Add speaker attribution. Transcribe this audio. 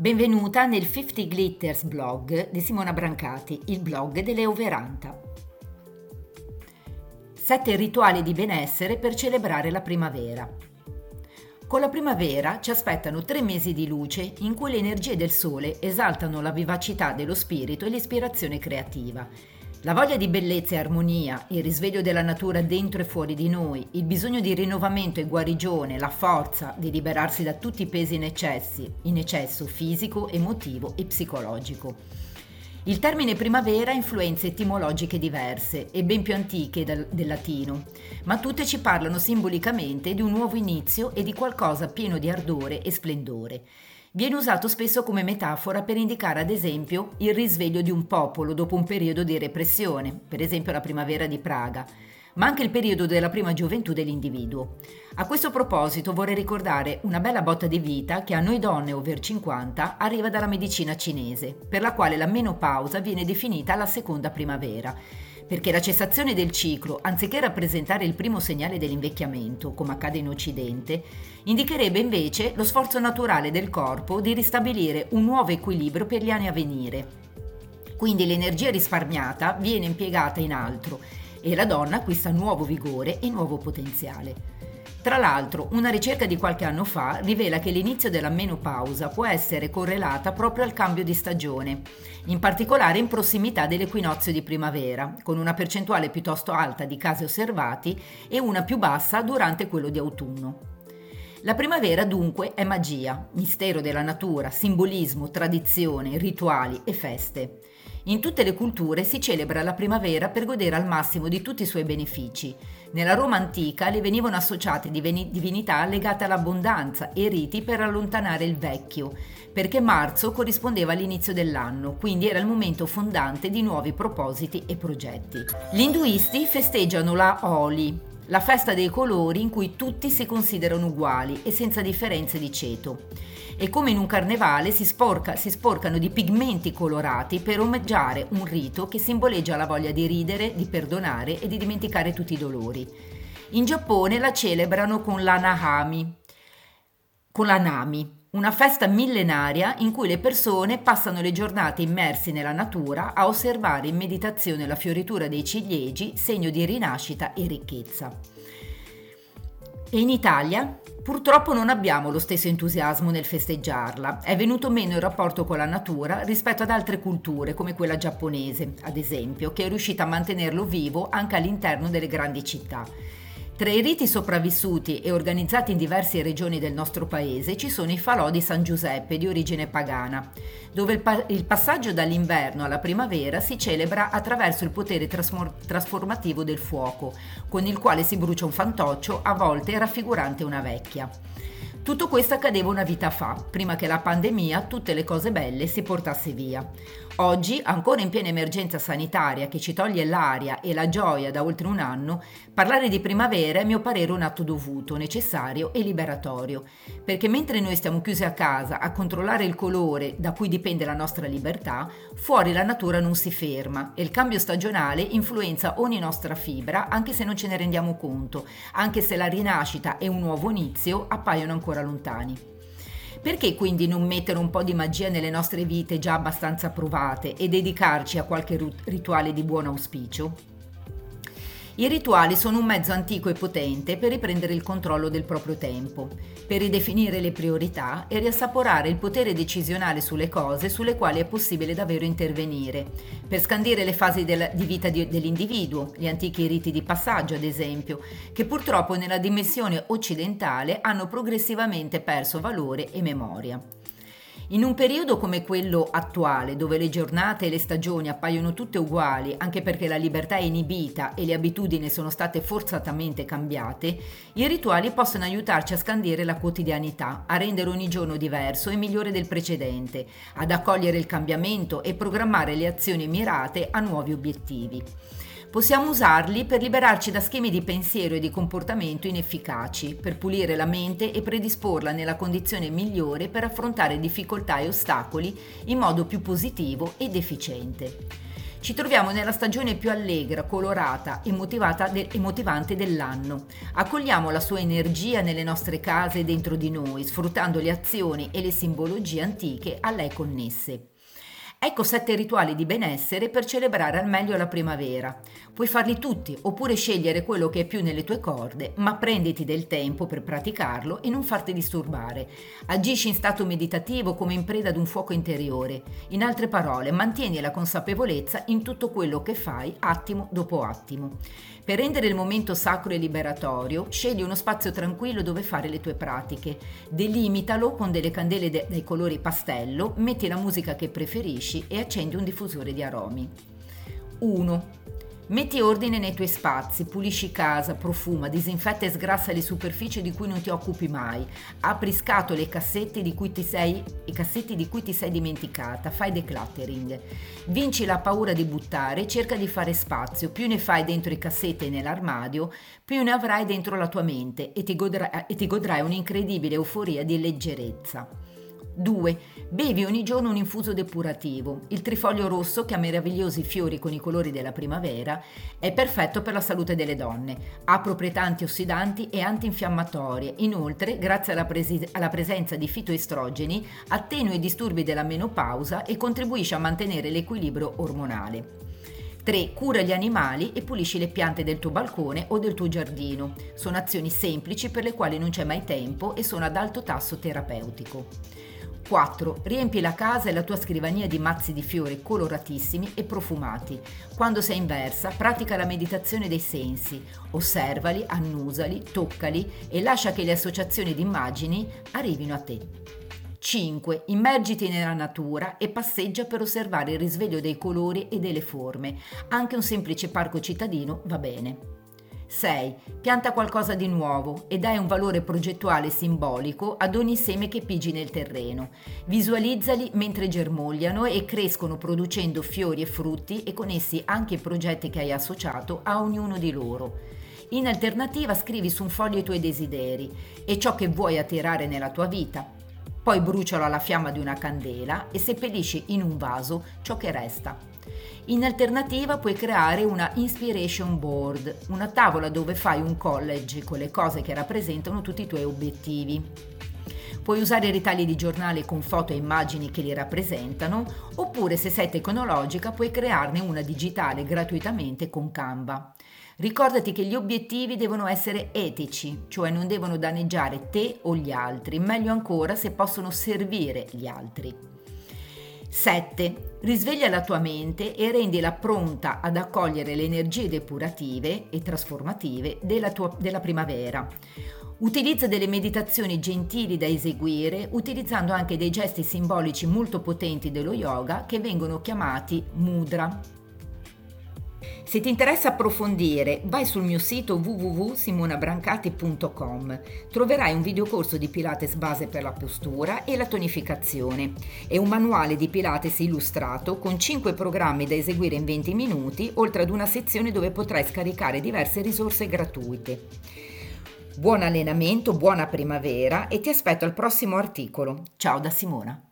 Speaker 1: Benvenuta nel 50 Glitters blog di Simona Brancati, il blog delle Overanta. 7 rituali di benessere per celebrare la primavera. Con la primavera ci aspettano 3 mesi di luce in cui le energie del sole esaltano la vivacità dello spirito e l'ispirazione creativa. La voglia di bellezza e armonia, il risveglio della natura dentro e fuori di noi, il bisogno di rinnovamento e guarigione, la forza di liberarsi da tutti i pesi in eccesso fisico, emotivo e psicologico. Il termine primavera ha influenze etimologiche diverse e ben più antiche del latino, ma tutte ci parlano simbolicamente di un nuovo inizio e di qualcosa pieno di ardore e splendore. Viene usato spesso come metafora per indicare ad esempio il risveglio di un popolo dopo un periodo di repressione, per esempio la primavera di Praga, ma anche il periodo della prima gioventù dell'individuo. A questo proposito vorrei ricordare una bella botta di vita che a noi donne over 50 arriva dalla medicina cinese, per la quale la menopausa viene definita la seconda primavera, perché la cessazione del ciclo, anziché rappresentare il primo segnale dell'invecchiamento, come accade in Occidente, indicherebbe invece lo sforzo naturale del corpo di ristabilire un nuovo equilibrio per gli anni a venire. Quindi l'energia risparmiata viene impiegata in altro e la donna acquista nuovo vigore e nuovo potenziale. Tra l'altro, una ricerca di qualche anno fa rivela che l'inizio della menopausa può essere correlata proprio al cambio di stagione, in particolare in prossimità dell'equinozio di primavera, con una percentuale piuttosto alta di casi osservati e una più bassa durante quello di autunno. La primavera dunque è magia, mistero della natura, simbolismo, tradizione, rituali e feste. In tutte le culture si celebra la primavera per godere al massimo di tutti i suoi benefici. Nella Roma antica le venivano associate divinità legate all'abbondanza e riti per allontanare il vecchio, perché marzo corrispondeva all'inizio dell'anno, quindi era il momento fondante di nuovi propositi e progetti. Gli induisti festeggiano la Holi, la festa dei colori in cui tutti si considerano uguali e senza differenze di ceto. E come in un carnevale si sporcano di pigmenti colorati per omaggiare un rito che simboleggia la voglia di ridere, di perdonare e di dimenticare tutti i dolori. In Giappone la celebrano con la Nami, una festa millenaria in cui le persone passano le giornate immersi nella natura a osservare in meditazione la fioritura dei ciliegi, segno di rinascita e ricchezza. E in Italia? Purtroppo non abbiamo lo stesso entusiasmo nel festeggiarla, è venuto meno il rapporto con la natura rispetto ad altre culture come quella giapponese, ad esempio, che è riuscita a mantenerlo vivo anche all'interno delle grandi città. Tra i riti sopravvissuti e organizzati in diverse regioni del nostro paese ci sono i falò di San Giuseppe di origine pagana, dove il passaggio dall'inverno alla primavera si celebra attraverso il potere trasformativo del fuoco, con il quale si brucia un fantoccio, a volte raffigurante una vecchia. Tutto questo accadeva una vita fa, prima che la pandemia tutte le cose belle si portasse via. Oggi, ancora in piena emergenza sanitaria che ci toglie l'aria e la gioia da oltre un anno, parlare di primavera è a mio parere un atto dovuto, necessario e liberatorio, perché mentre noi stiamo chiusi a casa a controllare il colore da cui dipende la nostra libertà, fuori la natura non si ferma e il cambio stagionale influenza ogni nostra fibra anche se non ce ne rendiamo conto, anche se la rinascita e un nuovo inizio appaiono ancora lontani. Perché quindi non mettere un po' di magia nelle nostre vite già abbastanza provate e dedicarci a qualche rituale di buon auspicio? I rituali sono un mezzo antico e potente per riprendere il controllo del proprio tempo, per ridefinire le priorità e riassaporare il potere decisionale sulle cose sulle quali è possibile davvero intervenire, per scandire le fasi di vita dell'individuo, gli antichi riti di passaggio ad esempio, che purtroppo nella dimensione occidentale hanno progressivamente perso valore e memoria. In un periodo come quello attuale, dove le giornate e le stagioni appaiono tutte uguali, anche perché la libertà è inibita e le abitudini sono state forzatamente cambiate, i rituali possono aiutarci a scandire la quotidianità, a rendere ogni giorno diverso e migliore del precedente, ad accogliere il cambiamento e programmare le azioni mirate a nuovi obiettivi. Possiamo usarli per liberarci da schemi di pensiero e di comportamento inefficaci, per pulire la mente e predisporla nella condizione migliore per affrontare difficoltà e ostacoli in modo più positivo ed efficiente. Ci troviamo nella stagione più allegra, colorata e motivante dell'anno. Accogliamo la sua energia nelle nostre case e dentro di noi, sfruttando le azioni e le simbologie antiche a lei connesse. Ecco 7 rituali di benessere per celebrare al meglio la primavera. Puoi farli tutti oppure scegliere quello che è più nelle tue corde, ma prenditi del tempo per praticarlo e non farti disturbare. Agisci in stato meditativo come in preda ad un fuoco interiore. In altre parole, mantieni la consapevolezza in tutto quello che fai attimo dopo attimo. Per rendere il momento sacro e liberatorio, scegli uno spazio tranquillo dove fare le tue pratiche. Delimitalo con delle candele dai colori pastello, metti la musica che preferisci e accendi un diffusore di aromi. 1. Metti ordine nei tuoi spazi, pulisci casa, profuma, disinfetta e sgrassa le superfici di cui non ti occupi mai, apri scatole e cassetti di cui ti sei dimenticata, fai decluttering. Vinci la paura di buttare, cerca di fare spazio, più ne fai dentro i cassetti e nell'armadio, più ne avrai dentro la tua mente e ti godrai un'incredibile euforia di leggerezza. 2. Bevi ogni giorno un infuso depurativo. Il trifoglio rosso, che ha meravigliosi fiori con i colori della primavera, è perfetto per la salute delle donne. Ha proprietà antiossidanti e antinfiammatorie. Inoltre, grazie alla presenza di fitoestrogeni, attenua i disturbi della menopausa e contribuisce a mantenere l'equilibrio ormonale. 3. Cura gli animali e pulisci le piante del tuo balcone o del tuo giardino. Sono azioni semplici per le quali non c'è mai tempo e sono ad alto tasso terapeutico. 4. Riempi la casa e la tua scrivania di mazzi di fiori coloratissimi e profumati. Quando sei in versa, pratica la meditazione dei sensi. Osservali, annusali, toccali e lascia che le associazioni di immagini arrivino a te. 5. Immergiti nella natura e passeggia per osservare il risveglio dei colori e delle forme. Anche un semplice parco cittadino va bene. 6. Pianta qualcosa di nuovo e dai un valore progettuale simbolico ad ogni seme che pigi nel terreno. Visualizzali mentre germogliano e crescono producendo fiori e frutti e con essi anche i progetti che hai associato a ognuno di loro. In alternativa scrivi su un foglio i tuoi desideri e ciò che vuoi attirare nella tua vita. Poi brucialo alla fiamma di una candela e seppellisci in un vaso ciò che resta. In alternativa puoi creare una inspiration board, una tavola dove fai un collage con le cose che rappresentano tutti i tuoi obiettivi. Puoi usare ritagli di giornale con foto e immagini che li rappresentano, oppure se sei tecnologica puoi crearne una digitale gratuitamente con Canva. Ricordati che gli obiettivi devono essere etici, cioè non devono danneggiare te o gli altri, meglio ancora se possono servire gli altri. 7. Risveglia la tua mente e rendila pronta ad accogliere le energie depurative e trasformative della primavera. Utilizza delle meditazioni gentili da eseguire, utilizzando anche dei gesti simbolici molto potenti dello yoga che vengono chiamati mudra. Se ti interessa approfondire, vai sul mio sito www.simonabrancati.com. Troverai un videocorso di Pilates base per la postura e la tonificazione e un manuale di Pilates illustrato con 5 programmi da eseguire in 20 minuti, oltre ad una sezione dove potrai scaricare diverse risorse gratuite. Buon allenamento, buona primavera e ti aspetto al prossimo articolo. Ciao da Simona.